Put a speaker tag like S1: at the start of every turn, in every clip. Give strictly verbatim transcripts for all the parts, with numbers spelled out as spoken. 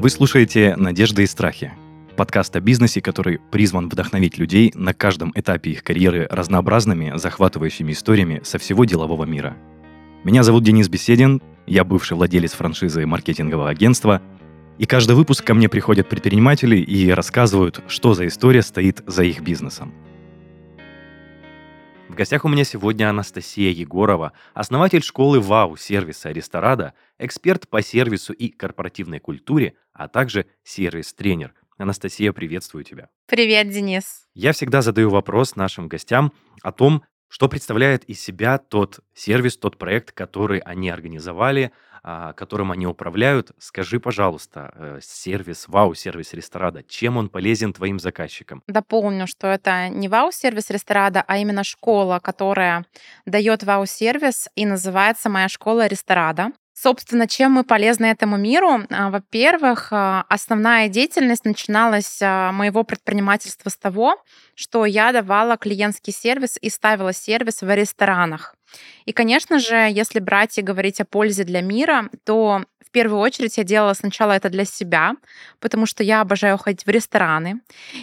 S1: Вы слушаете «Надежды и страхи» — подкаст о бизнесе, который призван вдохновить людей на каждом этапе их карьеры разнообразными, захватывающими историями со всего делового мира. Меня зовут Денис Беседин, я бывший владелец франшизы маркетингового агентства, и каждый выпуск ко мне приходят предприниматели и рассказывают, что за история стоит за их бизнесом. В гостях у меня сегодня Анастасия Егорова, основатель школы ВАУ-сервиса Ристорада, эксперт по сервису и корпоративной культуре, а также сервис-тренер. Анастасия, приветствую тебя.
S2: Привет, Денис.
S1: Я всегда задаю вопрос нашим гостям о том, что представляет из себя тот сервис, тот проект, который они организовали, а, которым они управляют. Скажи, пожалуйста, э, сервис ВАУ-сервис Ристорада, чем он полезен твоим заказчикам?
S2: Дополню, что это не вау-сервис Ристорада, а именно школа, которая дает вау-сервис, и называется «Моя школа Ристорада». Собственно, чем мы полезны этому миру? А, Во-первых, а, основная деятельность начиналась а, моего предпринимательства с того, что я давала клиентский сервис и ставила сервис в ресторанах. И, конечно же, если брать и говорить о пользе для мира, то в первую очередь я делала сначала это для себя, потому что я обожаю ходить в рестораны.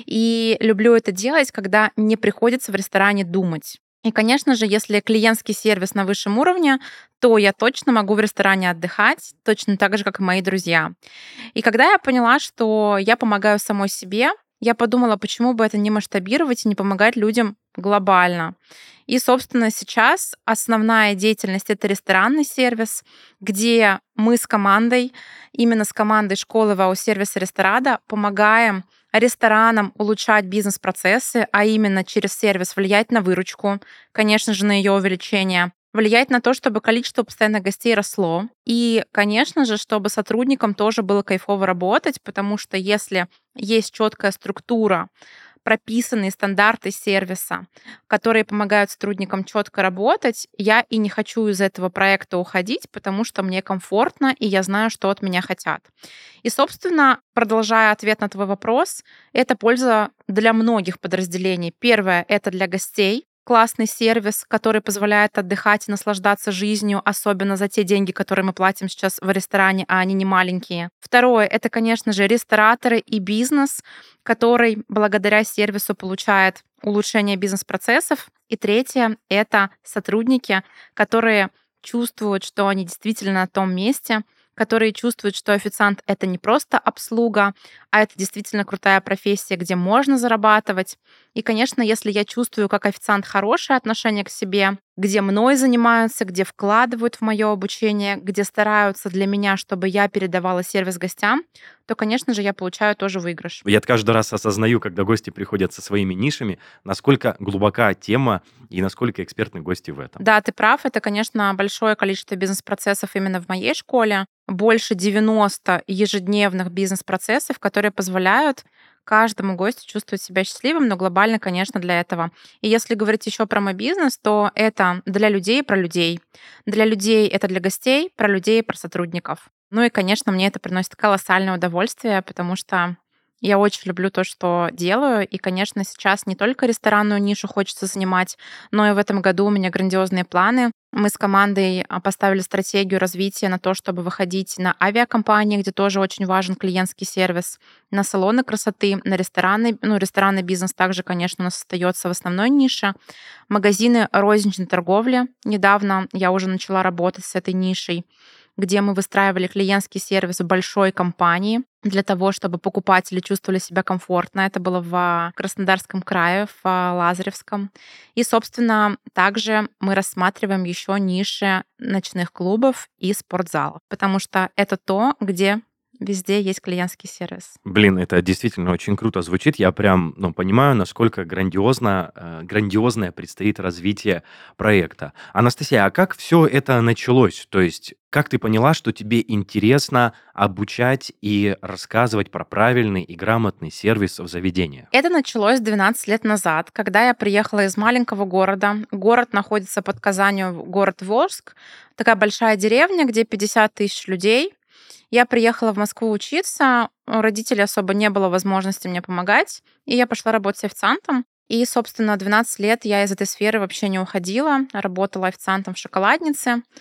S2: И люблю это делать, когда не приходится в ресторане думать. И, конечно же, если клиентский сервис на высшем уровне, то я точно могу в ресторане отдыхать, точно так же, как и мои друзья. И когда я поняла, что я помогаю самой себе, я подумала, почему бы это не масштабировать и не помогать людям глобально. И, собственно, сейчас основная деятельность — это ресторанный сервис, где мы с командой, именно с командой школы ВАУ-сервиса Ристорада, помогаем ресторанам улучшать бизнес-процессы, а именно через сервис влиять на выручку, конечно же, на ее увеличение, влиять на то, чтобы количество постоянных гостей росло. И, конечно же, чтобы сотрудникам тоже было кайфово работать, потому что если есть четкая структура, прописанные стандарты сервиса, которые помогают сотрудникам четко работать, я и не хочу из этого проекта уходить, потому что мне комфортно, и я знаю, что от меня хотят. И, собственно, продолжая ответ на твой вопрос, это польза для многих подразделений. Первое — это для гостей. Классный сервис, который позволяет отдыхать и наслаждаться жизнью, особенно за те деньги, которые мы платим сейчас в ресторане, а они не маленькие. Второе — это, конечно же, рестораторы и бизнес, который благодаря сервису получает улучшение бизнес-процессов. И третье — это сотрудники, которые чувствуют, что они действительно на том месте, которые чувствуют, что официант — это не просто обслуга, а это действительно крутая профессия, где можно зарабатывать. И, конечно, если я чувствую, как официант хорошее отношение к себе, где мной занимаются, где вкладывают в мое обучение, где стараются для меня, чтобы я передавала сервис гостям, то, конечно же, я получаю тоже выигрыш.
S1: Я каждый раз осознаю, когда гости приходят со своими нишами, насколько глубока тема и насколько экспертны гости в этом.
S2: Да, ты прав, это, конечно, большое количество бизнес-процессов именно в моей школе. Больше девяноста ежедневных бизнес-процессов, которые позволяют каждому гостю чувствовать себя счастливым, но глобально, конечно, для этого. И если говорить еще про мой бизнес, то это для людей про людей. Для людей это для гостей, про людей про сотрудников. Ну и, конечно, мне это приносит колоссальное удовольствие, потому что я очень люблю то, что делаю. И, конечно, сейчас не только ресторанную нишу хочется занимать, но и в этом году у меня грандиозные планы. Мы с командой а, поставили стратегию развития на то, чтобы выходить на авиакомпании, где тоже очень важен клиентский сервис, на салоны красоты, на рестораны. Ну, ресторанный бизнес также, конечно, у нас остается в основной нише. Магазины розничной торговли. Недавно я уже начала работать с этой нишей, где мы выстраивали клиентский сервис в большой компании для того, чтобы покупатели чувствовали себя комфортно. Это было в Краснодарском крае, в Лазаревском. И, собственно, также мы рассматриваем еще ниши ночных клубов и спортзалов, потому что это то, где везде есть клиентский сервис.
S1: Блин, это действительно очень круто звучит. Я прям, ну, понимаю, насколько грандиозно, э, грандиозное предстоит развитие проекта. Анастасия, а как все это началось? То есть, как ты поняла, что тебе интересно обучать и рассказывать про правильный и грамотный сервис в заведениях?
S2: Это началось двенадцать лет назад, когда я приехала из маленького города. Город находится под Казанью, город Волжск. Такая большая деревня, где пятьдесят тысяч людей. Я приехала в Москву учиться, у родителей особо не было возможности мне помогать, и я пошла работать официантом. И, собственно, двенадцать лет я из этой сферы вообще не уходила, работала официантом в шоколаднице.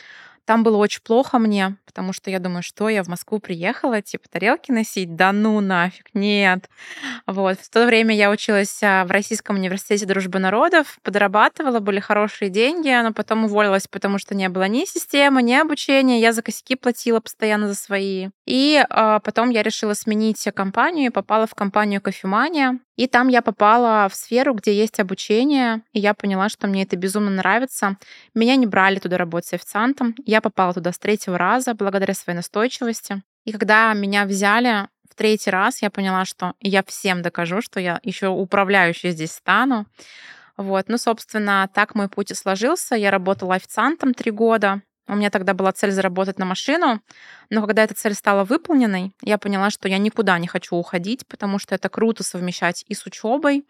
S2: Там было очень плохо мне, потому что я думаю, что я в Москву приехала, типа тарелки носить? Да ну нафиг, нет. Вот. В то время я училась а, в Российском университете дружбы народов, подрабатывала, были хорошие деньги, но потом уволилась, потому что не было ни системы, ни обучения, я за косяки платила постоянно за свои. И а, потом я решила сменить компанию и попала в компанию «Кофемания». И там я попала в сферу, где есть обучение, и я поняла, что мне это безумно нравится. Меня не брали туда работать официантом. Я попала туда с третьего раза благодаря своей настойчивости. И когда меня взяли в третий раз, я поняла, что я всем докажу, что я еще управляющей здесь стану. Вот. Ну, собственно, так мой путь и сложился. Я работала официантом три года. У меня тогда была цель заработать на машину, но когда эта цель стала выполненной, я поняла, что я никуда не хочу уходить, потому что это круто совмещать и с учебой,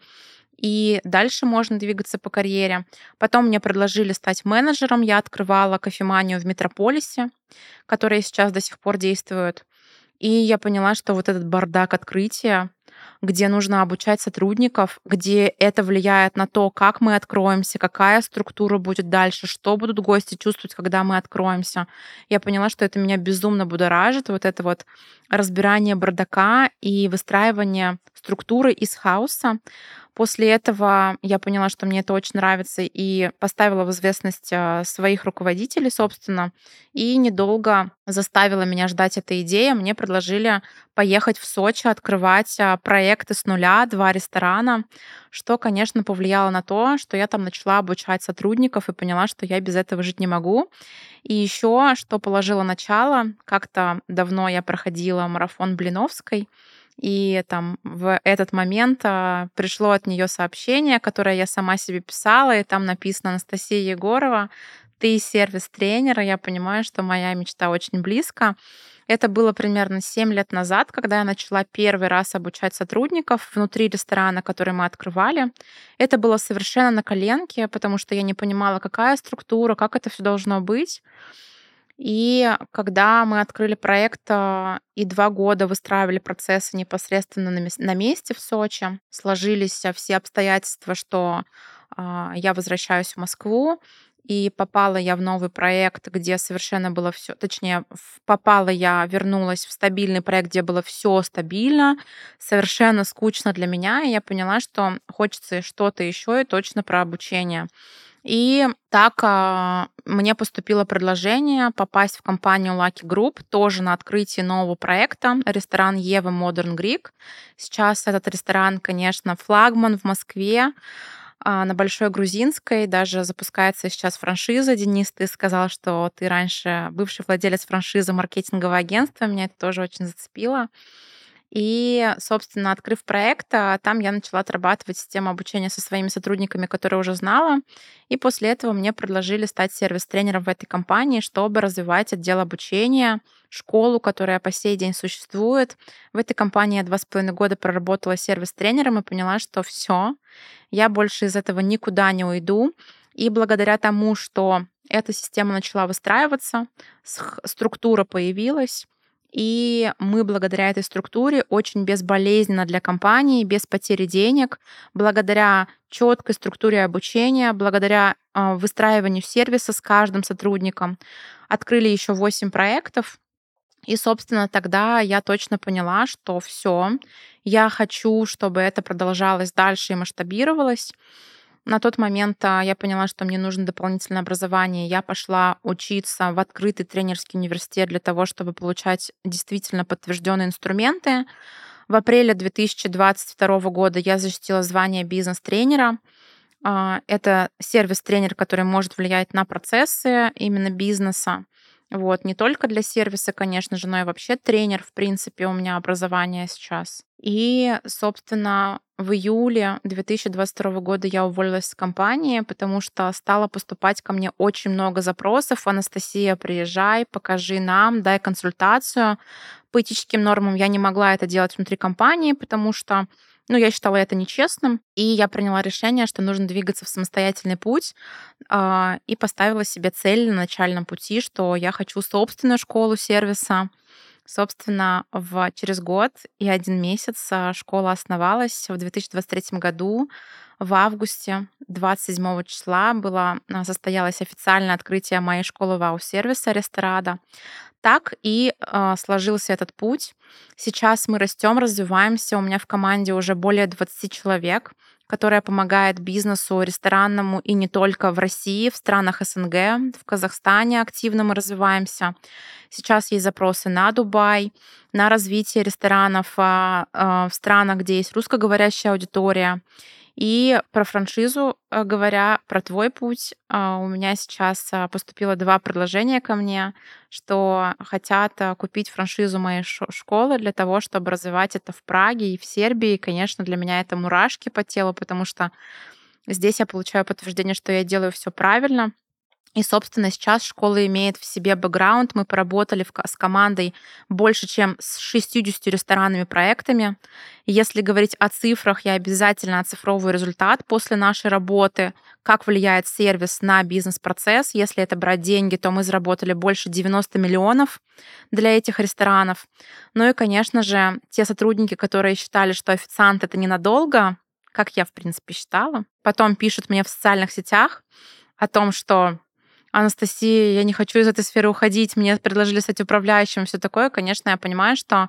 S2: и дальше можно двигаться по карьере. Потом мне предложили стать менеджером. Я открывала кофеманию в Метрополисе, которая сейчас до сих пор действует. И я поняла, что вот этот бардак открытия, где нужно обучать сотрудников, где это влияет на то, как мы откроемся, какая структура будет дальше, что будут гости чувствовать, когда мы откроемся. Я поняла, что это меня безумно будоражит, вот это вот разбирание бардака и выстраивание структуры из хаоса. После этого я поняла, что мне это очень нравится, и поставила в известность а, своих руководителей, собственно, и недолго заставила меня ждать эта идея. Мне предложили поехать в Сочи, открывать а, проекты с нуля, два ресторана, что, конечно, повлияло на то, что я там начала обучать сотрудников и поняла, что я без этого жить не могу. И еще, что положило начало, как-то давно я проходила марафон Блиновской, и там в этот момент а, пришло от нее сообщение, которое я сама себе писала, и там написано: Анастасия Егорова, ты сервис-тренер, и я понимаю, что моя мечта очень близко. Это было примерно семь лет назад, когда я начала первый раз обучать сотрудников внутри ресторана, который мы открывали. Это было совершенно на коленке, потому что я не понимала, какая структура, как это все должно быть. И когда мы открыли проект а, и два года выстраивали процессы непосредственно на мес- на месте в Сочи, сложились а, все обстоятельства, что а, я возвращаюсь в Москву, и попала я в новый проект, где совершенно было все, точнее, в- попала я, вернулась в стабильный проект, где было все стабильно, совершенно скучно для меня, и я поняла, что хочется что-то еще и точно про обучение. И так а, мне поступило предложение попасть в компанию Lucky Group тоже на открытие нового проекта, ресторан Ева Modern Greek. Сейчас этот ресторан, конечно, флагман в Москве, а, на Большой Грузинской. Даже запускается сейчас франшиза. Денис, ты сказал, что ты раньше бывший владелец франшизы маркетингового агентства. Меня это тоже очень зацепило. И, собственно, открыв проект, а, там я начала отрабатывать систему обучения со своими сотрудниками, которые уже знала. И после этого мне предложили стать сервис-тренером в этой компании, чтобы развивать отдел обучения, школу, которая по сей день существует. В этой компании я два с половиной года проработала сервис-тренером и поняла, что все, я больше из этого никуда не уйду. И благодаря тому, что эта система начала выстраиваться, сх- структура появилась, и мы благодаря этой структуре очень безболезненно для компании, без потери денег, благодаря четкой структуре обучения, благодаря а, выстраиванию сервиса с каждым сотрудником, открыли еще восемь проектов. И, собственно, тогда я точно поняла, что все, я хочу, чтобы это продолжалось дальше и масштабировалось. На тот момент а, я поняла, что мне нужно дополнительное образование. Я пошла учиться в открытый тренерский университет для того, чтобы получать действительно подтвержденные инструменты. В апреле две тысячи двадцать второго года я защитила звание бизнес-тренера. А, Это сервис-тренер, который может влиять на процессы именно бизнеса. Вот, не только для сервиса, конечно же, но и вообще тренер, в принципе, у меня образование сейчас. И, собственно, в июле две тысячи двадцать второго года я уволилась с компании, потому что стало поступать ко мне очень много запросов. Анастасия, приезжай, покажи нам, дай консультацию. По этическим нормам я не могла это делать внутри компании, потому что ну, я считала это нечестным, и я приняла решение, что нужно двигаться в самостоятельный путь, а, и поставила себе цель на начальном пути, что я хочу собственную школу сервиса, Собственно, в через год и один месяц, а, школа основалась. В две тысячи двадцать третьем году в августе двадцать седьмого числа было, а, состоялось официальное открытие моей школы вау-сервиса "Ресторада". Так и, а, сложился этот путь. Сейчас мы растем, развиваемся. У меня в команде уже более двадцати человек, которая помогает бизнесу ресторанному и не только в России, в странах СНГ, в Казахстане активно мы развиваемся. Сейчас есть запросы на Дубай, на развитие ресторанов, а, а, в странах, где есть русскоговорящая аудитория. И про франшизу, э, говоря, про твой путь, а, у меня сейчас, а, поступило два предложения ко мне, что хотят, а, купить франшизу моей шо школы для того, чтобы развивать это в Праге и в Сербии. И, конечно, для меня это мурашки по телу, потому что здесь я получаю подтверждение, что я делаю все правильно. И, собственно, сейчас школа имеет в себе бэкграунд. Мы поработали в ко с командой больше, чем с шестьюдесятью ресторанными проектами. И если говорить о цифрах, я обязательно оцифровываю результат после нашей работы, как влияет сервис на бизнес-процесс. Если это брать деньги, то мы заработали больше девяноста миллионов для этих ресторанов. Ну и, конечно же, те сотрудники, которые считали, что официант — это ненадолго, как я, в принципе, считала, потом пишут мне в социальных сетях о том, что: "Анастасия, я не хочу из этой сферы уходить, мне предложили стать управляющим", все такое. Конечно, я понимаю, что,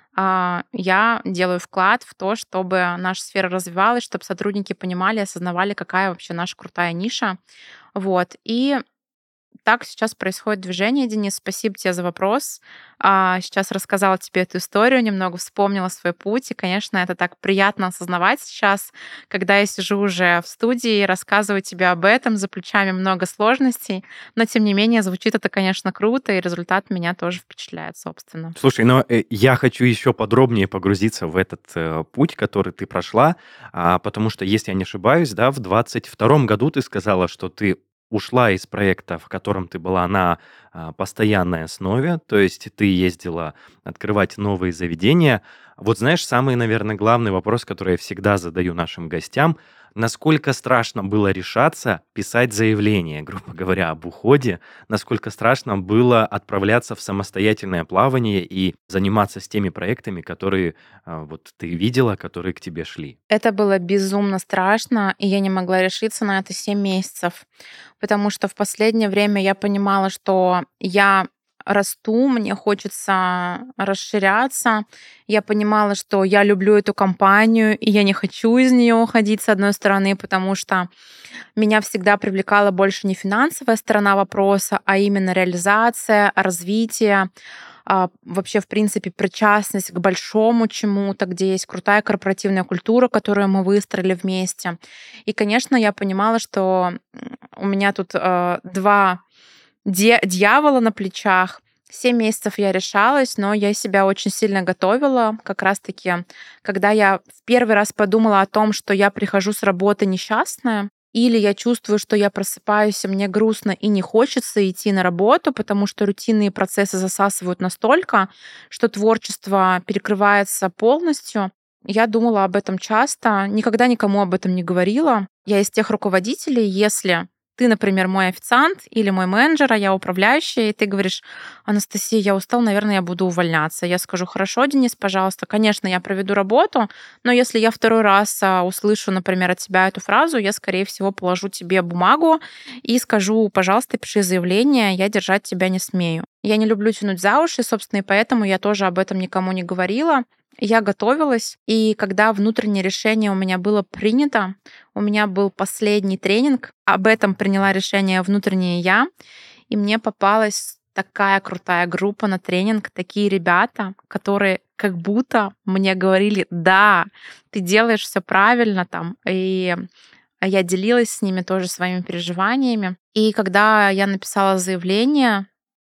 S2: а, я делаю вклад в то, чтобы наша сфера развивалась, чтобы сотрудники понимали, осознавали, какая вообще наша крутая ниша. Вот. И так сейчас происходит движение, Денис. Спасибо тебе за вопрос. А, сейчас рассказала тебе эту историю, немного вспомнила свой путь. И, конечно, это так приятно осознавать сейчас, когда я сижу уже в студии и рассказываю тебе об этом. За плечами много сложностей, но тем не менее звучит это, конечно, круто, и результат меня тоже впечатляет, собственно.
S1: Слушай, но э, я хочу еще подробнее погрузиться в этот э, путь, который ты прошла, а, потому что, если я не ошибаюсь, да, в двадцать втором году ты сказала, что ты ушла из проекта, в котором ты была на а, постоянной основе, то есть ты ездила открывать новые заведения. Вот знаешь, самый, наверное, главный вопрос, который я всегда задаю нашим гостям: насколько страшно было решаться писать заявление, грубо говоря, об уходе, насколько страшно было отправляться в самостоятельное плавание и заниматься с теми проектами, которые а, вот ты видела, которые к тебе шли.
S2: Это было безумно страшно, и я не могла решиться на это семь месяцев, потому что в последнее время я понимала, что я расту, мне хочется расширяться. Я понимала, что я люблю эту компанию, и я не хочу из нее уходить, с одной стороны, потому что меня всегда привлекала больше не финансовая сторона вопроса, а именно реализация, развитие, а, вообще, в принципе, причастность к большому чему-то, где есть крутая корпоративная культура, которую мы выстроили вместе. И, конечно, я понимала, что м, у меня тут э, два де- дьявола на плечах. Семь месяцев я решалась, но я себя очень сильно готовила. Как раз-таки, когда я в первый раз подумала о том, что я прихожу с работы несчастная, или я чувствую, что я просыпаюсь, и мне грустно и не хочется идти на работу, потому что рутинные процессы засасывают настолько, что творчество перекрывается полностью. Я думала об этом часто, никогда никому об этом не говорила. Я из тех руководителей, если ты, например, мой официант или мой менеджер, а я управляющая, и ты говоришь: "Анастасия, я устал, наверное, я буду увольняться". Я скажу: "Хорошо, Денис, пожалуйста, конечно, я проведу работу, но если я второй раз а, услышу, например, от тебя эту фразу, я, скорее всего, положу тебе бумагу и скажу: пожалуйста, пиши заявление, я держать тебя не смею". Я не люблю тянуть за уши, собственно, и поэтому я тоже об этом никому не говорила. Я готовилась, и когда внутреннее решение у меня было принято, у меня был последний тренинг, об этом приняла решение внутреннее я, и мне попалась такая крутая группа на тренинг, такие ребята, которые как будто мне говорили: "Да, ты делаешь все правильно там". И я делилась с ними тоже своими переживаниями. И когда я написала заявление,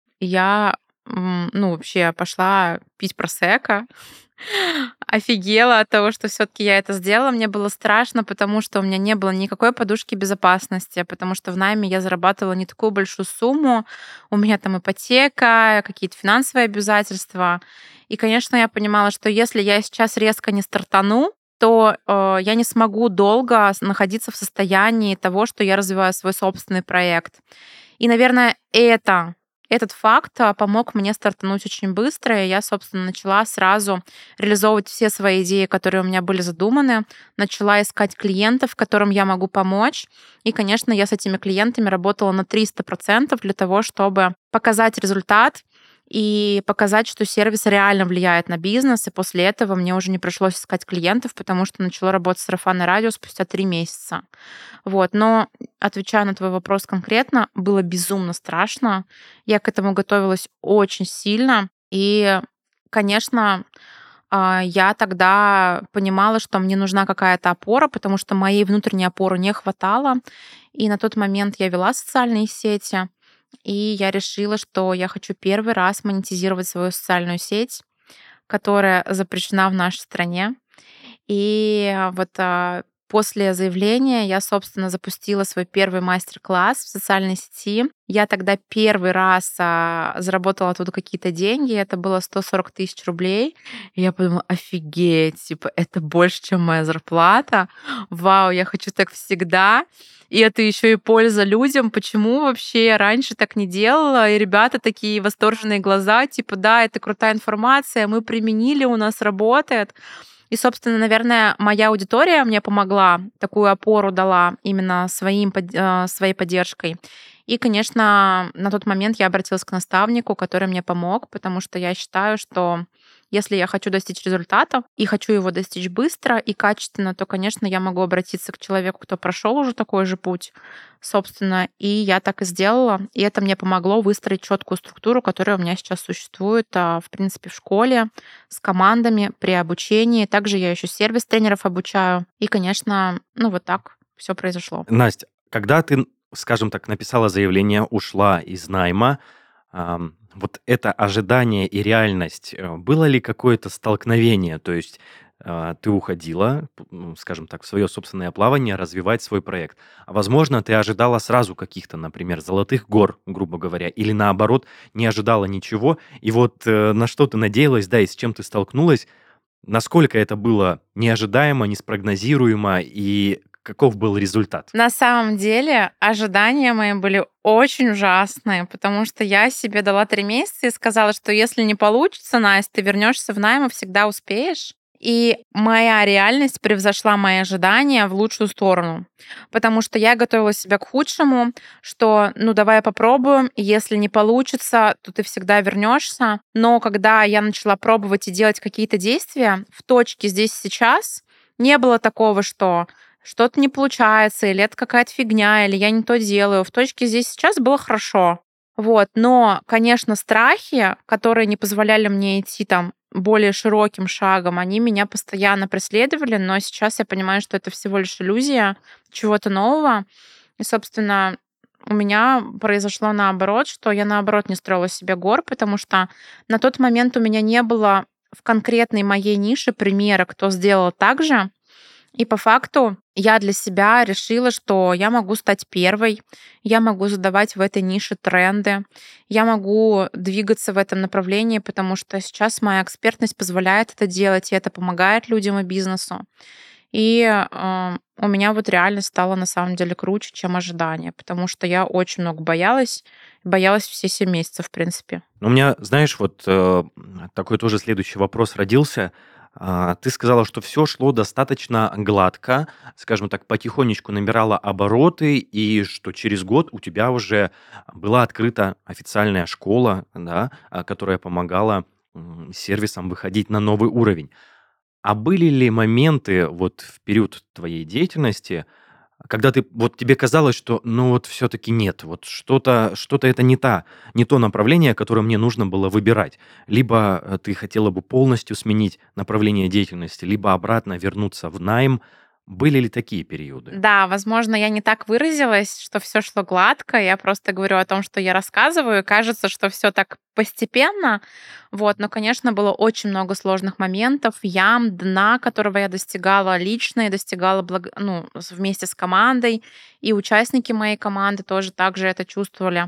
S2: я, м, ну, вообще пошла пить просекко. Офигела от того, что все таки я это сделала. Мне было страшно, потому что у меня не было никакой подушки безопасности, потому что в найме я зарабатывала не такую большую сумму. У меня там ипотека, какие-то финансовые обязательства. И, конечно, я понимала, что если я сейчас резко не стартану, то, э, я не смогу долго с находиться в состоянии того, что я развиваю свой собственный проект. И, наверное, это Этот факт а, помог мне стартануть очень быстро, и я, собственно, начала сразу реализовывать все свои идеи, которые у меня были задуманы, начала искать клиентов, которым я могу помочь. И, конечно, я с этими клиентами работала на триста процентов для того, чтобы показать результат и показать, что сервис реально влияет на бизнес. И после этого мне уже не пришлось искать клиентов, потому что начала работать с сарафанное радио спустя три месяца. Вот. Но, отвечая на твой вопрос конкретно, было безумно страшно. Я к этому готовилась очень сильно. И, конечно, а, я тогда понимала, что мне нужна какая-то опора, потому что моей внутренней опоры не хватало. И на тот момент я вела социальные сети, и я решила, что я хочу первый раз монетизировать свою социальную сеть, которая запрещена в нашей стране. И вот а, после заявления я, собственно, запустила свой первый мастер-класс в социальной сети. Я тогда первый раз а, заработала оттуда какие-то деньги. Это было сто сорок тысяч рублей. И я подумала, офигеть, типа, это больше, чем моя зарплата. Вау, я хочу так всегда. И это еще и польза людям. Почему вообще я раньше так не делала? И ребята такие восторженные глаза, типа, да, это крутая информация, мы применили, у нас работает. И, собственно, наверное, моя аудитория мне помогла, такую опору дала именно своим, под- э, своей поддержкой. И, конечно, на тот момент я обратилась к наставнику, который мне помог, потому что я считаю, что если я хочу достичь результата и хочу его достичь быстро и качественно, то, конечно, я могу обратиться к человеку, кто прошел уже такой же путь, собственно, и я так и сделала. И это мне помогло выстроить четкую структуру, которая у меня сейчас существует, а, в принципе, в школе, с командами, при обучении. Также я еще сервис-тренеров обучаю. И, конечно, ну вот так все произошло.
S1: Настя, когда ты, скажем так, написала заявление, ушла из найма, ам, вот это ожидание и реальность, э, было ли какое-то столкновение? То есть а, ты уходила, п- ну, скажем так, в свое собственное плавание, развивать свой проект. А возможно, ты ожидала сразу каких-то, например, золотых гор, грубо говоря, или наоборот, не ожидала ничего. И вот э, на что ты надеялась, да, и с чем ты столкнулась, насколько это было неожидаемо, неспрогнозируемо, и каков был результат?
S2: На самом деле ожидания мои были очень ужасные, потому что я себе дала три месяца и сказала, что если не получится, Настя, ты вернешься в найм и всегда успеешь. И моя реальность превзошла мои ожидания в лучшую сторону, потому что я готовила себя к худшему, что ну давай попробуем, и если не получится, то ты всегда вернешься. Но когда я начала пробовать и делать какие-то действия в точке здесь и сейчас, не было такого, что что-то не получается, или это какая-то фигня, или я не то делаю. В точке здесь и сейчас было хорошо. Вот. Но, конечно, страхи, которые не позволяли мне идти там более широким шагом, они меня постоянно преследовали, но сейчас я понимаю, что это всего лишь иллюзия чего-то нового. И, собственно, у меня произошло наоборот, что я наоборот не строила себе гор, потому что на тот момент у меня не было в конкретной моей нише примера, кто сделал так же. И по факту я для себя решила, что я могу стать первой, я могу задавать в этой нише тренды, я могу двигаться в этом направлении, потому что сейчас моя экспертность позволяет это делать, и это помогает людям и бизнесу. И э, у меня вот реально стало на самом деле круче, чем ожидания, потому что я очень много боялась, боялась все семь месяцев, в принципе.
S1: У меня, знаешь, вот э, такой тоже следующий вопрос родился. А, Ты сказала, что все шло достаточно гладко, скажем так, потихонечку набирала обороты, и что через год у тебя уже была открыта официальная школа, да, а, которая помогала м, сервисам выходить на новый уровень. А были ли моменты вот в период твоей деятельности, когда ты вот тебе казалось, что ну вот все-таки нет, вот что-то что-то это не та, не то направление, которое мне нужно было выбирать. Либо э, ты хотела бы полностью сменить направление деятельности, либо обратно вернуться в найм. Были ли такие периоды?
S2: Да, возможно, я не так выразилась, что все шло гладко. Я просто говорю о том, что я рассказываю. и Кажется, что все так постепенно. Вот, но, конечно, было очень много сложных моментов, ям, дна, которого я достигала лично и достигала благ- ну, с- вместе с командой. И участники моей команды тоже также это чувствовали.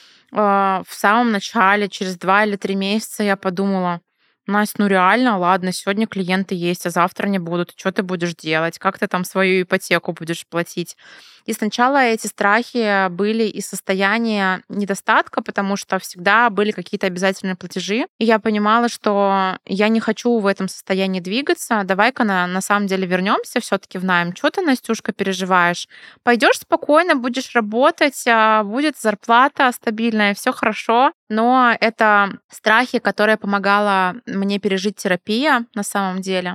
S2: А, В самом начале, через два или три месяца, я подумала, Настя, ну реально, ладно, сегодня клиенты есть, а завтра не будут. Что ты будешь делать? Как ты там свою ипотеку будешь платить? И сначала эти страхи были из состояния недостатка, потому что всегда были какие-то обязательные платежи. И я понимала, что я не хочу в этом состоянии двигаться. Давай-ка на, на самом деле вернемся все-таки в найм. Что ты, Настюшка, переживаешь? Пойдешь спокойно, будешь работать, а, будет зарплата стабильная, все хорошо. Но это страхи, которые помогала мне пережить терапия на самом деле.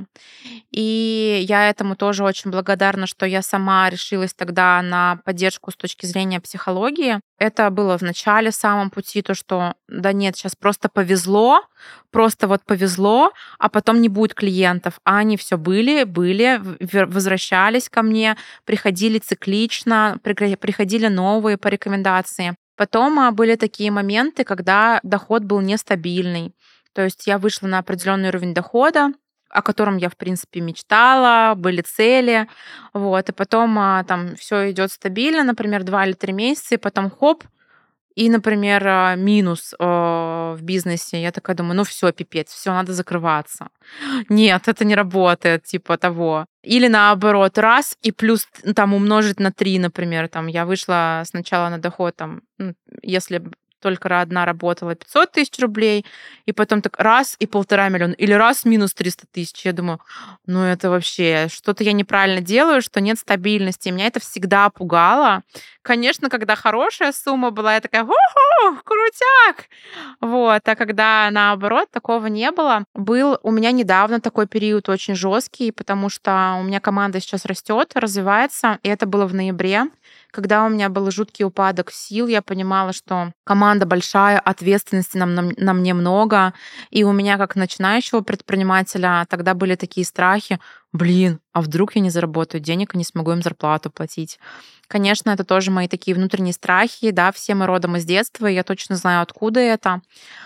S2: И я этому тоже очень благодарна, что я сама решилась тогда на поддержку с точки зрения психологии. Это было в начале, в самом пути, то, что да нет, сейчас просто повезло, просто вот повезло, а потом не будет клиентов. А они все были, были, в- возвращались ко мне, приходили циклично, пригра- приходили новые по рекомендации. Потом а, были такие моменты, когда доход был нестабильный. То есть я вышла на определенный уровень дохода, о котором я, в принципе, мечтала, были цели, вот, и потом а, там все идет стабильно, например, два или три месяца, и потом хоп, и, например, а, минус а, в бизнесе. Я такая думаю, ну все, пипец, все, надо закрываться. Нет, это не работает, типа того. Или наоборот, раз и плюс т- там умножить на три, например. Там я вышла сначала на доход, там, м, если б только одна работала пятьсот тысяч рублей, и потом так раз и полтора миллиона, или раз минус триста тысяч. Я думаю, ну это вообще что-то я неправильно делаю, что нет стабильности. Меня это всегда пугало. Конечно, когда хорошая сумма была, я такая, уху, крутяк! Вот, а когда наоборот такого не было, был у меня недавно такой период очень жесткий, потому что у меня команда сейчас растет, развивается, и это было в ноябре, когда у меня был жуткий упадок сил, я понимала, что команда большая, ответственности нам, на, на мне много, и у меня как начинающего предпринимателя тогда были такие страхи, блин, а вдруг я не заработаю денег и не смогу им зарплату платить. Конечно, это тоже мои такие внутренние страхи, да, все мы родом из детства, и я точно знаю, откуда это.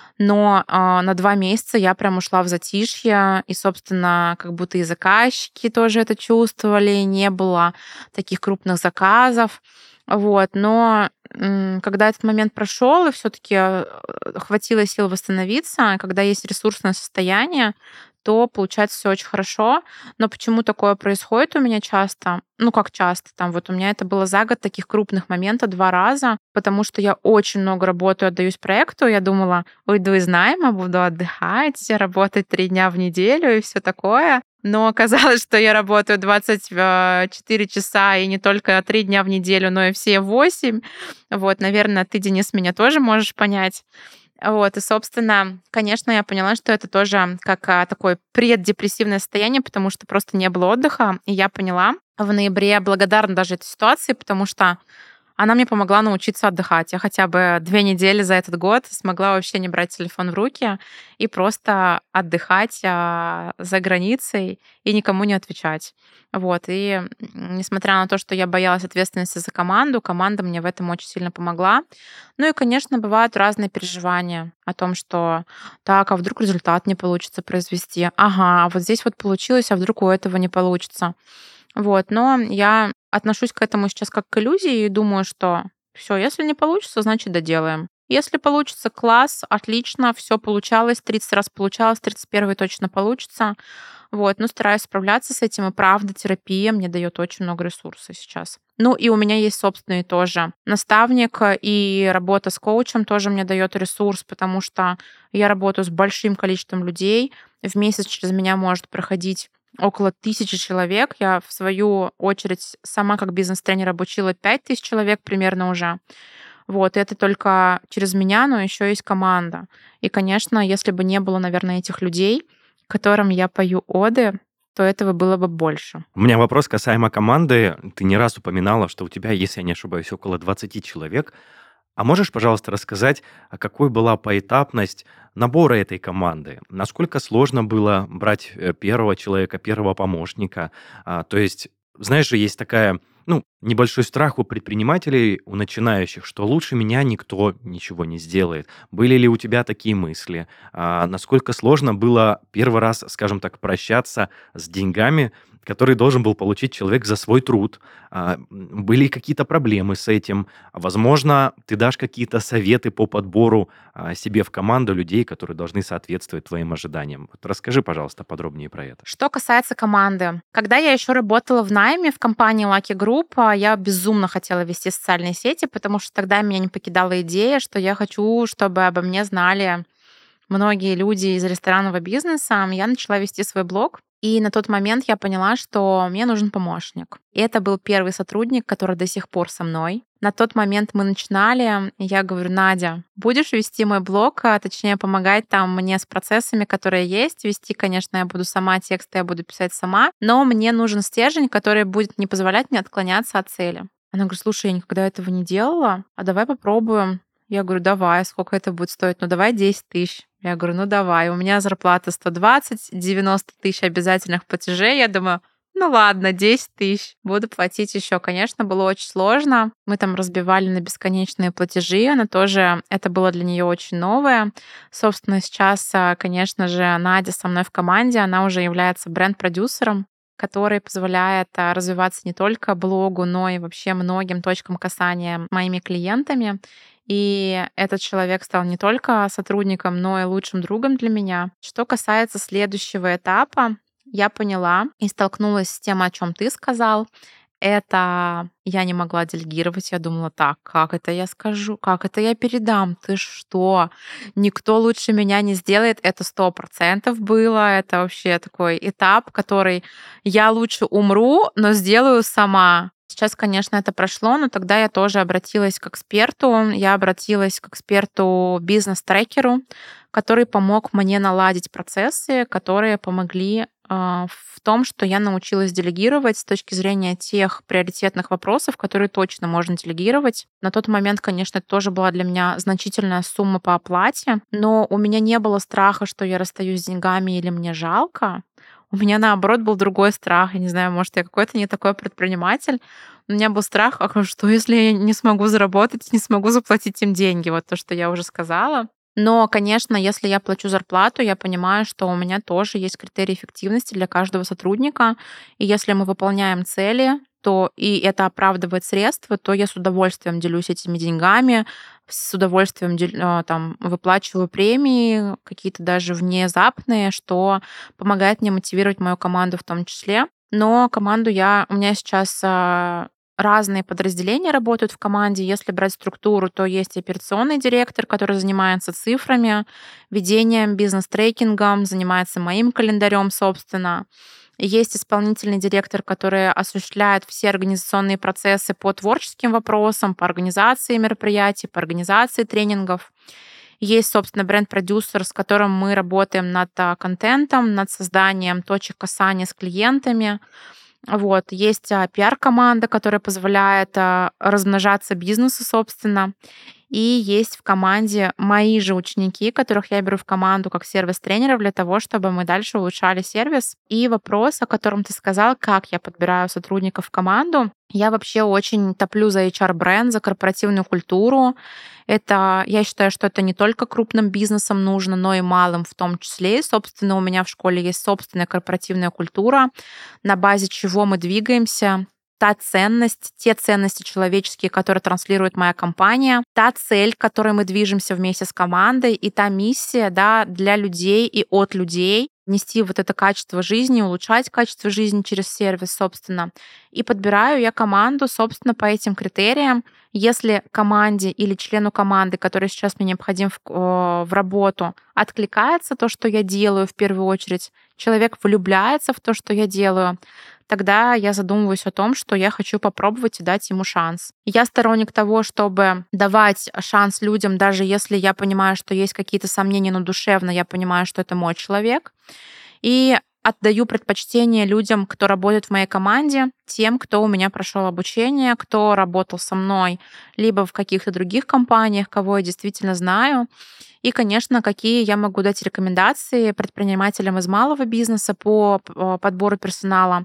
S2: Но а, на два месяца я прям ушла в затишье, и, собственно, как будто и заказчики тоже это чувствовали, не было таких крупных заказов. Вот. Но м, когда этот момент прошел, и все-таки хватило сил восстановиться, когда есть ресурсное состояние, то получается все очень хорошо. Но почему такое происходит у меня часто? Ну, как часто? Там вот у меня это было за год таких крупных моментов два раза, потому что я очень много работаю, отдаюсь проекту. Я думала, уйду из найма, буду отдыхать, работать три дня в неделю и все такое. Но оказалось, что я работаю двадцать четыре часа и не только три дня в неделю, но и все восемь. Вот, наверное, ты, Денис, меня тоже можешь понять. Вот, и, собственно, конечно, я поняла, что это тоже как а, такое преддепрессивное состояние, потому что просто не было отдыха. И я поняла в ноябре, благодарна даже этой ситуации, потому что она мне помогла научиться отдыхать. Я хотя бы две недели за этот год смогла вообще не брать телефон в руки и просто отдыхать а, за границей и никому не отвечать. Вот. И м, несмотря на то, что я боялась ответственности за команду, команда мне в этом очень сильно помогла. Ну и, конечно, бывают разные переживания о том, что так, а вдруг результат не получится произвести? Ага, а вот здесь вот получилось, а вдруг у этого не получится? Вот, но я отношусь к этому сейчас как к иллюзии и думаю, что все, если не получится, значит доделаем. Если получится, класс, отлично, все получалось, тридцать раз получалось, тридцать первый точно получится. Вот, но стараюсь справляться с этим, и правда, терапия мне дает очень много ресурсов сейчас. Ну и у меня есть собственный тоже наставник, и работа с коучем тоже мне дает ресурс, потому что я работаю с большим количеством людей. В месяц через меня может проходить около тысячи человек. Я, в свою очередь, сама как бизнес-тренер обучила пять тысяч человек примерно уже. Вот, и это только через меня, но еще есть команда. И, конечно, если бы не было, наверное, этих людей, которым я пою оды, то этого было бы больше.
S1: У меня вопрос касаемо команды. Ты не раз упоминала, что у тебя, если я не ошибаюсь, около двадцати человек. А можешь, пожалуйста, рассказать, а какой была поэтапность набора этой команды? Насколько сложно было брать э, первого человека, первого помощника? А, то есть, знаешь же, есть такая, ну, небольшой страх у предпринимателей, у начинающих, что лучше меня никто ничего не сделает. Были ли у тебя такие мысли? А, насколько сложно было первый раз, скажем так, прощаться с деньгами который должен был получить человек за свой труд. А, м, Были какие-то проблемы с этим. Возможно, ты дашь какие-то советы по подбору а, себе в команду людей, которые должны соответствовать твоим ожиданиям. Вот расскажи, пожалуйста, подробнее про это.
S2: Что касается команды. Когда я еще работала в найме в компании Lucky Group, а, я безумно хотела вести социальные сети, потому что тогда меня не покидала идея, что я хочу, чтобы обо мне знали многие люди из ресторанного бизнеса. Я начала вести свой блог, и на тот момент я поняла, что мне нужен помощник. И это был первый сотрудник, который до сих пор со мной. На тот момент мы начинали, и я говорю: Надя, будешь вести мой блог, а точнее помогать там мне с процессами, которые есть. Вести, конечно, я буду сама, тексты я буду писать сама, но мне нужен стержень, который будет не позволять мне отклоняться от цели. Она говорит: слушай, я никогда этого не делала, а давай попробуем. Я говорю: давай, сколько это будет стоить? Ну, давай десять тысяч. Я говорю: ну, давай. У меня зарплата сто двадцать, девяносто тысяч обязательных платежей. Я думаю, ну ладно, десять тысяч. Буду платить еще. Конечно, было очень сложно. Мы там разбивали на бесконечные платежи. Она тоже, это было для нее очень новое. Собственно, сейчас, а, конечно же, Надя со мной в команде. Она уже является бренд-продюсером, который позволяет а, развиваться не только блогу, но и вообще многим точкам касания моими клиентами. И этот человек стал не только сотрудником, но и лучшим другом для меня. Что касается следующего этапа, я поняла и столкнулась с тем, о чем ты сказал. Это я не могла делегировать. Я думала: так, как это я скажу? Как это я передам? Ты что? Никто лучше меня не сделает. Это сто процентов было. Это вообще такой этап, который я лучше умру, но сделаю сама. Сейчас, конечно, это прошло, но тогда я тоже обратилась к эксперту. Я обратилась к эксперту, бизнес-трекеру, который помог мне наладить процессы, которые помогли а, в том, что я научилась делегировать с точки зрения тех приоритетных вопросов, которые точно можно делегировать. На тот момент, конечно, это тоже была для меня значительная сумма по оплате, но у меня не было страха, что я расстаюсь с деньгами или мне жалко. У меня, наоборот, был другой страх. Я не знаю, может, я какой-то не такой предприниматель. У меня был страх, а что, если я не смогу заработать, не смогу заплатить им деньги? Вот то, что я уже сказала. Но, конечно, если я плачу зарплату, я понимаю, что у меня тоже есть критерии эффективности для каждого сотрудника. И если мы выполняем цели, то и это оправдывает средства, то я с удовольствием делюсь этими деньгами, с удовольствием дел- а, там, выплачиваю премии, какие-то даже внезапные, что помогает мне мотивировать мою команду в том числе. Но команду я... У меня сейчас а, разные подразделения работают в команде. Если брать структуру, то есть операционный директор, который занимается цифрами, ведением, бизнес-трекингом, занимается моим календарем, собственно. Есть исполнительный директор, который осуществляет все организационные процессы по творческим вопросам, по организации мероприятий, по организации тренингов. Есть, собственно, бренд-продюсер, с которым мы работаем над а, контентом, над созданием точек касания с клиентами. Вот. Есть а, пиар-команда, которая позволяет а, размножаться бизнесу, собственно. И есть в команде мои же ученики, которых я беру в команду как сервис-тренеров для того, чтобы мы дальше улучшали сервис. И вопрос, о котором ты сказал, как я подбираю сотрудников в команду. Я вообще очень топлю за эйч ар-бренд, за корпоративную культуру. Это, я считаю, что это не только крупным бизнесам нужно, но и малым в том числе. И, собственно, у меня в школе есть собственная корпоративная культура, на базе чего мы двигаемся. Та ценность, те ценности человеческие, которые транслирует моя компания, та цель, к которой мы движемся вместе с командой, и та миссия, да, для людей и от людей, нести вот это качество жизни, улучшать качество жизни через сервис, собственно. И подбираю я команду, собственно, по этим критериям. Если команде или члену команды, который сейчас мне необходим в, э, в работу, откликается то, что я делаю в первую очередь, человек влюбляется в то, что я делаю, тогда я задумываюсь о том, что я хочу попробовать и дать ему шанс. Я сторонник того, чтобы давать шанс людям, даже если я понимаю, что есть какие-то сомнения, но душевно я понимаю, что это мой человек. И отдаю предпочтение людям, кто работает в моей команде, тем, кто у меня прошел обучение, кто работал со мной либо в каких-то других компаниях, кого я действительно знаю. И, конечно, какие я могу дать рекомендации предпринимателям из малого бизнеса по п- подбору персонала.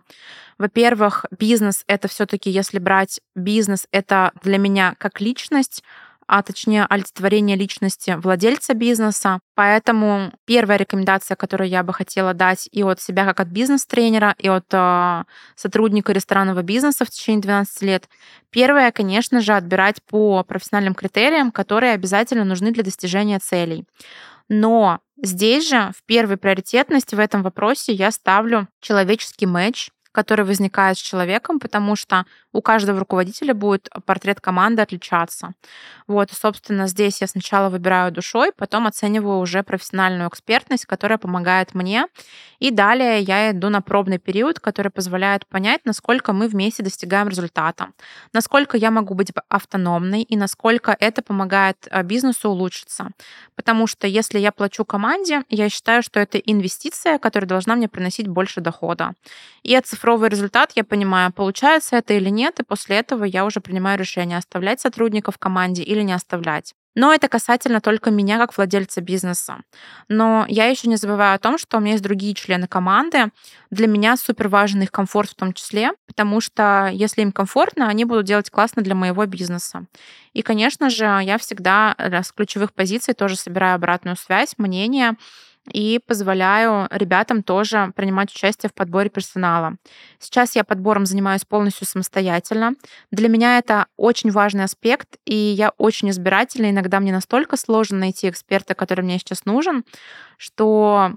S2: Во-первых, бизнес — это все таки если брать бизнес, это для меня как личность, а точнее олицетворение личности владельца бизнеса. Поэтому первая рекомендация, которую я бы хотела дать и от себя как от бизнес-тренера, и от э, сотрудника ресторанного бизнеса в течение двенадцати лет. Первое, конечно же, отбирать по профессиональным критериям, которые обязательно нужны для достижения целей. Но здесь же в первой приоритетности в этом вопросе я ставлю человеческий матч, который возникает с человеком, потому что у каждого руководителя будет портрет команды отличаться. Вот, и, собственно, здесь я сначала выбираю душой, потом оцениваю уже профессиональную экспертность, которая помогает мне. И далее я иду на пробный период, который позволяет понять, насколько мы вместе достигаем результата, насколько я могу быть автономной и насколько это помогает а, бизнесу улучшиться. Потому что если я плачу команде, я считаю, что это инвестиция, которая должна мне приносить больше дохода. И оцифровывая результат, я понимаю, получается это или нет, и после этого я уже принимаю решение, оставлять сотрудников в команде или не оставлять. Но это касательно только меня как владельца бизнеса. Но я еще не забываю о том, что у меня есть другие члены команды. Для меня супер важен их комфорт в том числе, потому что если им комфортно, они будут делать классно для моего бизнеса. И, конечно же, я всегда с ключевых позиций тоже собираю обратную связь, мнение, и позволяю ребятам тоже принимать участие в подборе персонала. Сейчас я подбором занимаюсь полностью самостоятельно. Для меня это очень важный аспект, и я очень избирательна. Иногда мне настолько сложно найти эксперта, который мне сейчас нужен, что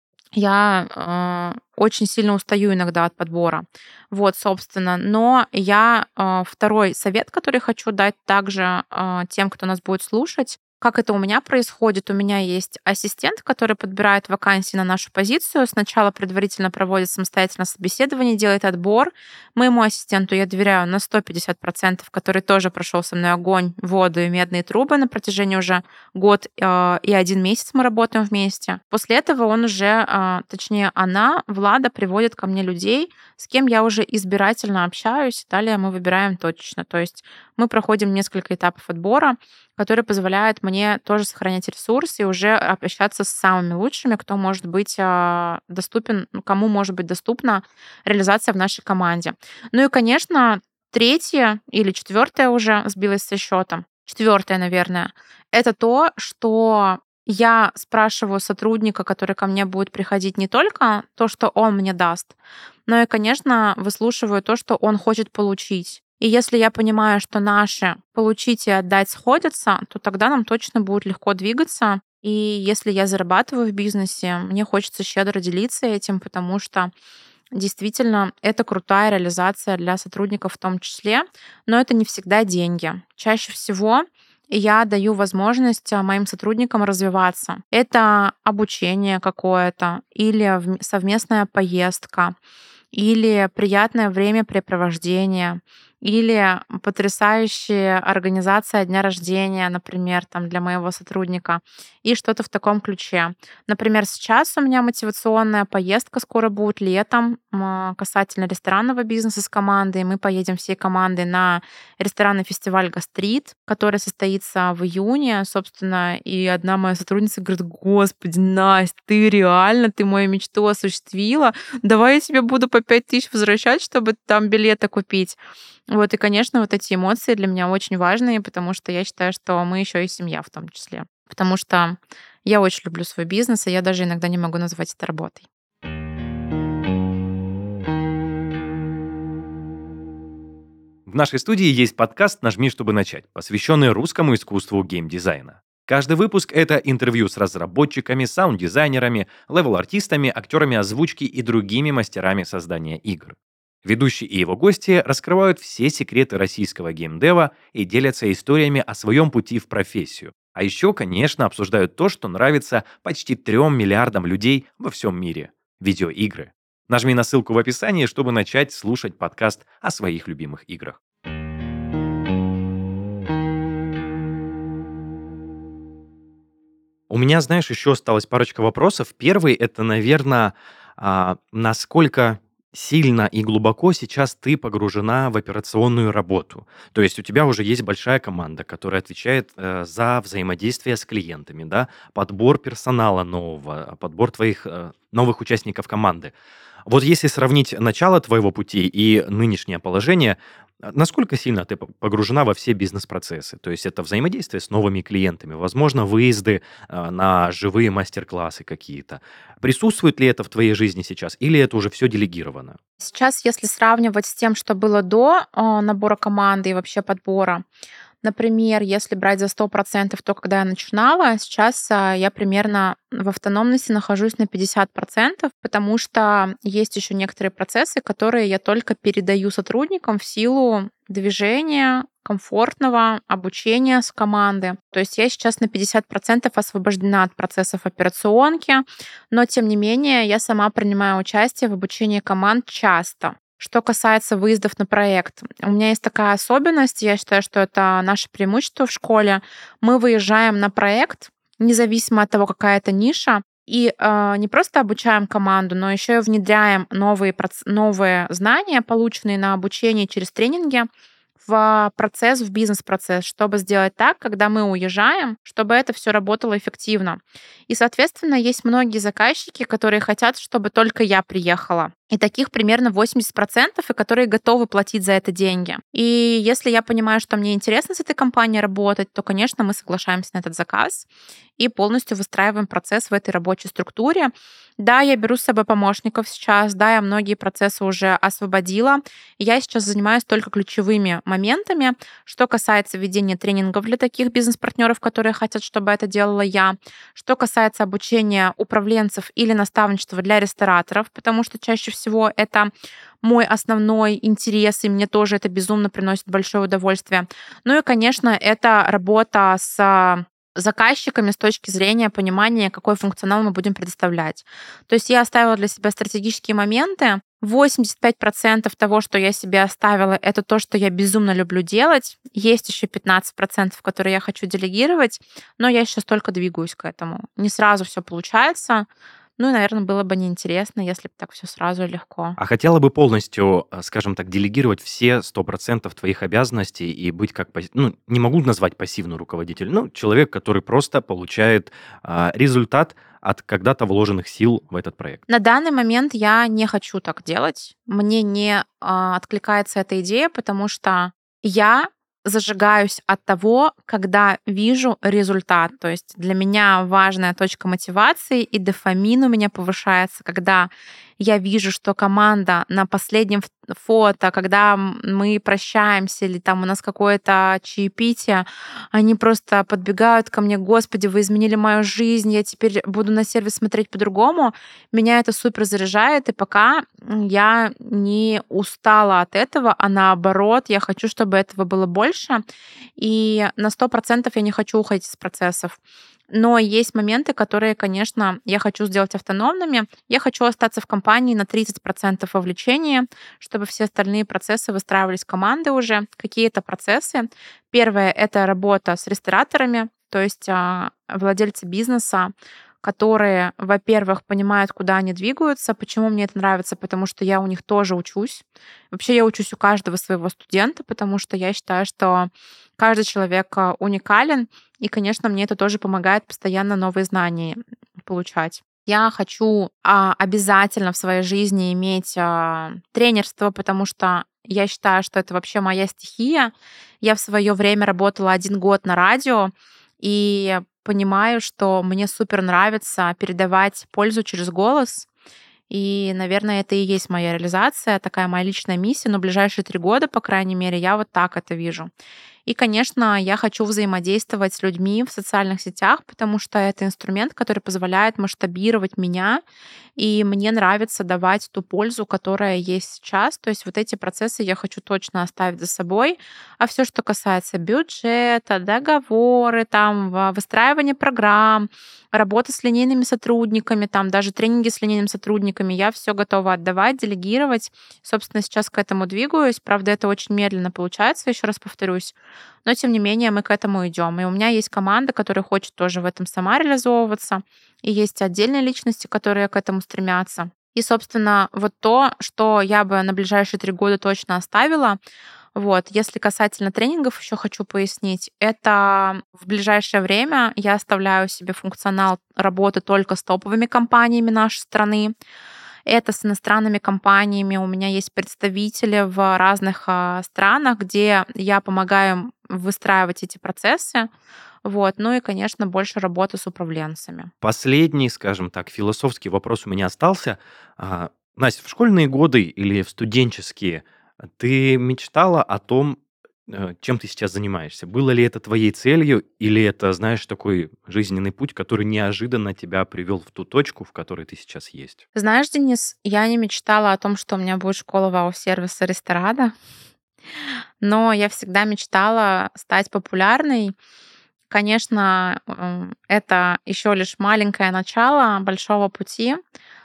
S2: я э, очень сильно устаю иногда от подбора. Вот, собственно. Но я э, второй совет, который хочу дать также э, тем, кто нас будет слушать. Как это у меня происходит? У меня есть ассистент, который подбирает вакансии на нашу позицию. Сначала предварительно проводит самостоятельно собеседование, делает отбор. Моему ассистенту я доверяю на сто пятьдесят процентов, который тоже прошел со мной огонь, воду и медные трубы на протяжении уже год э, и один месяц мы работаем вместе. После этого он уже, э, точнее она, Влада, приводит ко мне людей, с кем я уже избирательно общаюсь. Далее мы выбираем точечно. То есть мы проходим несколько этапов отбора, который позволяет мне тоже сохранять ресурс и уже общаться с самыми лучшими, кто может быть а, доступен, ну, кому может быть доступна реализация в нашей команде. Ну и, конечно, третье или четвертое уже сбилось со счета. Четвертое, наверное, это то, что я спрашиваю сотрудника, который ко мне будет приходить, не только то, что он мне даст, но и, конечно, выслушиваю то, что он хочет получить. И если я понимаю, что наши получить и отдать сходятся, то тогда нам точно будет легко двигаться. И если я зарабатываю в бизнесе, мне хочется щедро делиться этим, потому что действительно это крутая реализация для сотрудников в том числе, но это не всегда деньги. Чаще всего я даю возможность а, моим сотрудникам развиваться. Это обучение какое-то или вм- совместная поездка, или приятное времяпрепровождение, или потрясающая организация дня рождения, например, там для моего сотрудника, и что-то в таком ключе. Например, сейчас у меня мотивационная поездка скоро будет летом м, касательно ресторанного бизнеса с командой. Мы поедем всей командой на ресторанный фестиваль «Гастрит», который состоится в июне, собственно, и одна моя сотрудница говорит: «Господи, Настя, ты реально, ты мою мечту осуществила, давай я тебе буду по пять тысяч возвращать, чтобы там билеты купить». Вот, и, конечно, вот эти эмоции для меня очень важные, потому что я считаю, что мы еще и семья в том числе. Потому что я очень люблю свой бизнес, и я даже иногда не могу назвать это работой.
S1: В нашей студии есть подкаст «Нажми, чтобы начать», посвященный русскому искусству геймдизайна. Каждый выпуск — это интервью с разработчиками, саунд-дизайнерами, левел-артистами, актерами озвучки и другими мастерами создания игр. Ведущий и его гости раскрывают все секреты российского геймдева и делятся историями о своем пути в профессию. А еще, конечно, обсуждают то, что нравится почти трем миллиардам людей во всем мире — видеоигры. Нажми на ссылку в описании, чтобы начать слушать подкаст о своих любимых играх. У меня, знаешь, еще осталась парочка вопросов. Первый — это, наверное, насколько сильно и глубоко сейчас ты погружена в операционную работу. То есть у тебя уже есть большая команда, которая отвечает э, за взаимодействие с клиентами, да, подбор персонала нового, подбор твоих э, новых участников команды. Вот если сравнить начало твоего пути и нынешнее положение, а, насколько сильно ты п погружена во все бизнес-процессы? То есть это взаимодействие с новыми клиентами, возможно, выезды, а, на живые мастер-классы какие-то. Присутствует ли это в твоей жизни сейчас или это уже все делегировано?
S2: Сейчас, если сравнивать с тем, что было до а, набора команды и вообще подбора, например, если брать за сто процентов то, когда я начинала, сейчас а, я примерно в автономности нахожусь на пятьдесят процентов, потому что есть еще некоторые процессы, которые я только передаю сотрудникам в силу движения, комфортного обучения с команды. То есть я сейчас на пятьдесят процентов освобождена от процессов операционки, но тем не менее я сама принимаю участие в обучении команд часто. Что касается выездов на проект, у меня есть такая особенность, я считаю, что это наше преимущество в школе. Мы выезжаем на проект, независимо от того, какая это ниша, и э, не просто обучаем команду, но еще и внедряем новые, проц- новые знания, полученные на обучении через тренинги, в процесс, в бизнес-процесс, чтобы сделать так, когда мы уезжаем, чтобы это все работало эффективно. И, соответственно, есть многие заказчики, которые хотят, чтобы только я приехала. И таких примерно восемьдесят процентов, и которые готовы платить за это деньги. И если я понимаю, что мне интересно с этой компанией работать, то, конечно, мы соглашаемся на этот заказ и полностью выстраиваем процесс в этой рабочей структуре. Да, я беру с собой помощников сейчас, да, я многие процессы уже освободила. Я сейчас занимаюсь только ключевыми моментами. Что касается ведения тренингов для таких бизнес-партнеров, которые хотят, чтобы это делала я. Что касается обучения управленцев или наставничества для рестораторов, потому что чаще всего это мой основной интерес, и мне тоже это безумно приносит большое удовольствие. Ну и, конечно, это работа с заказчиками с точки зрения понимания, какой функционал мы будем предоставлять. То есть я оставила для себя стратегические моменты. восемьдесят пять процентов того, что я себе оставила, это то, что я безумно люблю делать. Есть еще пятнадцать процентов, которые я хочу делегировать, но я сейчас только двигаюсь к этому. Не сразу все получается. Ну и, наверное, было бы неинтересно, если бы так все сразу и легко.
S1: А хотела бы полностью, а, скажем так, делегировать все сто процентов твоих обязанностей и быть как, паси- ну, не могу назвать пассивный руководитель, ну, человек, который просто получает а, результат от когда-то вложенных сил в этот проект.
S2: На данный момент я не хочу так делать. Мне не а, откликается эта идея, потому что я зажигаюсь от того, когда вижу результат. То есть для меня важная точка мотивации, и дофамин у меня повышается, когда я вижу, что команда на последнем ф- фото, когда м, мы прощаемся или там у нас какое-то чаепитие, они просто подбегают ко мне: «Господи, вы изменили мою жизнь, я теперь буду на сервис смотреть по-другому». Меня это супер заряжает, и пока м, я не устала от этого, а наоборот, я хочу, чтобы этого было больше. И на сто процентов я не хочу уходить из процессов. Но есть моменты, которые, конечно, я хочу сделать автономными. Я хочу остаться в компании на тридцать процентов вовлечения, чтобы все остальные процессы выстраивались командой уже. Какие-то процессы. Первое — это работа с рестораторами, то есть а, владельцы бизнеса, которые, во-первых, понимают, куда они двигаются. Почему мне это нравится? Потому что я у них тоже учусь. Вообще я учусь у каждого своего студента, потому что я считаю, что каждый человек а, уникален, и, конечно, мне это тоже помогает постоянно новые знания получать. Я хочу а, обязательно в своей жизни иметь а, тренерство, потому что я считаю, что это вообще моя стихия. Я в свое время работала один год на радио, и понимаю, что мне супер нравится передавать пользу через голос. И, наверное, это и есть моя реализация, такая моя личная миссия. Но в ближайшие три года, по крайней мере, я вот так это вижу. И, конечно, я хочу взаимодействовать с людьми в социальных сетях, потому что это инструмент, который позволяет масштабировать меня, и мне нравится давать ту пользу, которая есть сейчас. То есть вот эти процессы я хочу точно оставить за собой. А все, что касается бюджета, договоры, там, в- выстраивание программ, работа с линейными сотрудниками, там, даже тренинги с линейными сотрудниками, я все готова отдавать, делегировать. Собственно, сейчас к этому двигаюсь. Правда, это очень медленно получается, еще раз повторюсь. Но, тем не менее, мы к этому идем. И у меня есть команда, которая хочет тоже в этом сама реализовываться. И есть отдельные личности, которые к этому стремятся. И, собственно, вот то, что я бы на ближайшие три года точно оставила. Вот. Если касательно тренингов, еще хочу пояснить. Это в ближайшее время я оставляю себе функционал работы только с топовыми компаниями нашей страны. Это с иностранными компаниями. У меня есть представители в разных а, странах, где я помогаю им выстраивать эти процессы. Вот. Ну и, конечно, больше работы с управленцами.
S1: Последний, скажем так, философский вопрос у меня остался. А, Настя, в школьные годы или в студенческие ты мечтала о том, э, чем ты сейчас занимаешься? Было ли это твоей целью, или это, знаешь, такой жизненный путь, который неожиданно тебя привел в ту точку, в которой ты сейчас есть?
S2: Знаешь, Денис, я не мечтала о том, что у меня будет школа вау-сервиса Ресторада, но я всегда мечтала стать популярной. Конечно, м, это еще лишь маленькое начало большого пути,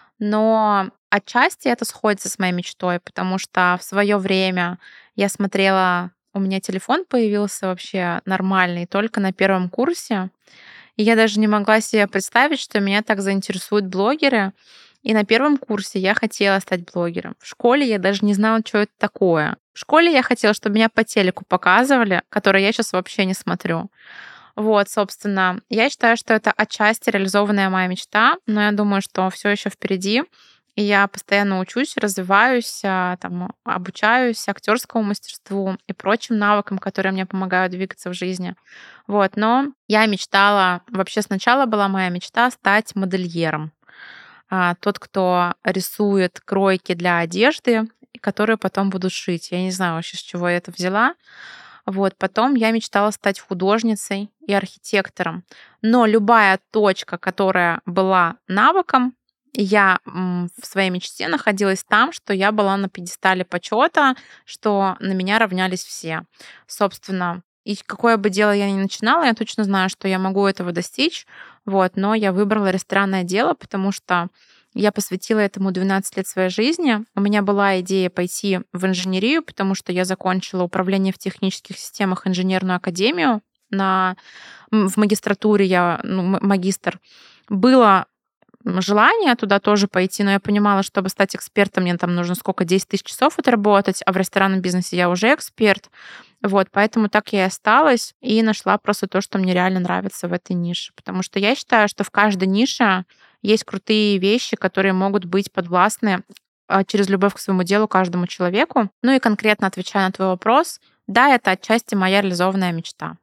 S2: но отчасти это сходится с моей мечтой, потому что в свое время я смотрела, у меня телефон появился вообще нормальный только на первом курсе, и я даже не могла себе представить, что меня так заинтересуют блогеры. И на первом курсе я хотела стать блогером. В школе я даже не знала, что это такое. В школе я хотела, чтобы меня по телеку показывали, который я сейчас вообще не смотрю. Вот, собственно, я считаю, что это отчасти реализованная моя мечта, но я думаю, что все еще впереди. И я постоянно учусь, развиваюсь, а, там, обучаюсь актерскому мастерству и прочим навыкам, которые мне помогают двигаться в жизни. Вот, но я мечтала, вообще сначала была моя мечта стать модельером. А, Тот, кто рисует кройки для одежды, и которые потом будут шить. Я не знаю вообще, с чего я это взяла. Вот, потом я мечтала стать художницей и архитектором. Но любая точка, которая была навыком, я м, в своей мечте находилась там, что я была на пьедестале почета, что на меня равнялись все. Собственно, и какое бы дело я ни начинала, я точно знаю, что я могу этого достичь. Вот, но я выбрала ресторанное дело, потому что я посвятила этому двенадцать лет своей жизни. У меня была идея пойти в инженерию, потому что я закончила управление в технических системах инженерную академию. На, м, в магистратуре я ну, м- магистр. Было желание туда тоже пойти, но я понимала, чтобы стать экспертом, мне там нужно сколько, десять тысяч часов отработать, а в ресторанном бизнесе я уже эксперт. Вот, поэтому так я и осталась и нашла просто то, что мне реально нравится в этой нише. Потому что я считаю, что в каждой нише есть крутые вещи, которые могут быть подвластны а, через любовь к своему делу каждому человеку. Ну и конкретно отвечая на твой вопрос, да, это отчасти моя реализованная мечта.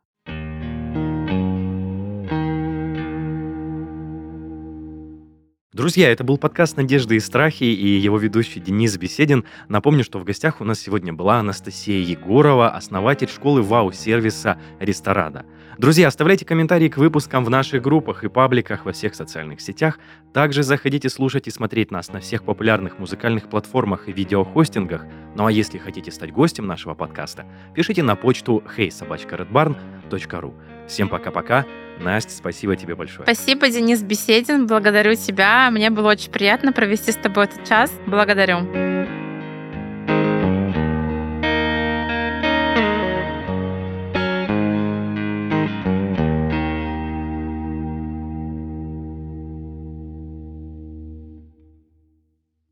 S1: Друзья, это был подкаст «Надежды и страхи» и его ведущий Денис Беседин. Напомню, что в гостях у нас сегодня была Анастасия Егорова, основатель школы вау-сервиса Ресторада. Друзья, оставляйте комментарии к выпускам в наших группах и пабликах во всех социальных сетях. Также заходите слушать и смотреть нас на всех популярных музыкальных платформах и видеохостингах. Ну а если хотите стать гостем нашего подкаста, пишите на почту хей собака ред барн точка ру. Всем пока-пока. Настя, спасибо тебе большое.
S2: Спасибо, Денис Беседин. Благодарю тебя. Мне было очень приятно провести с тобой этот час. Благодарю.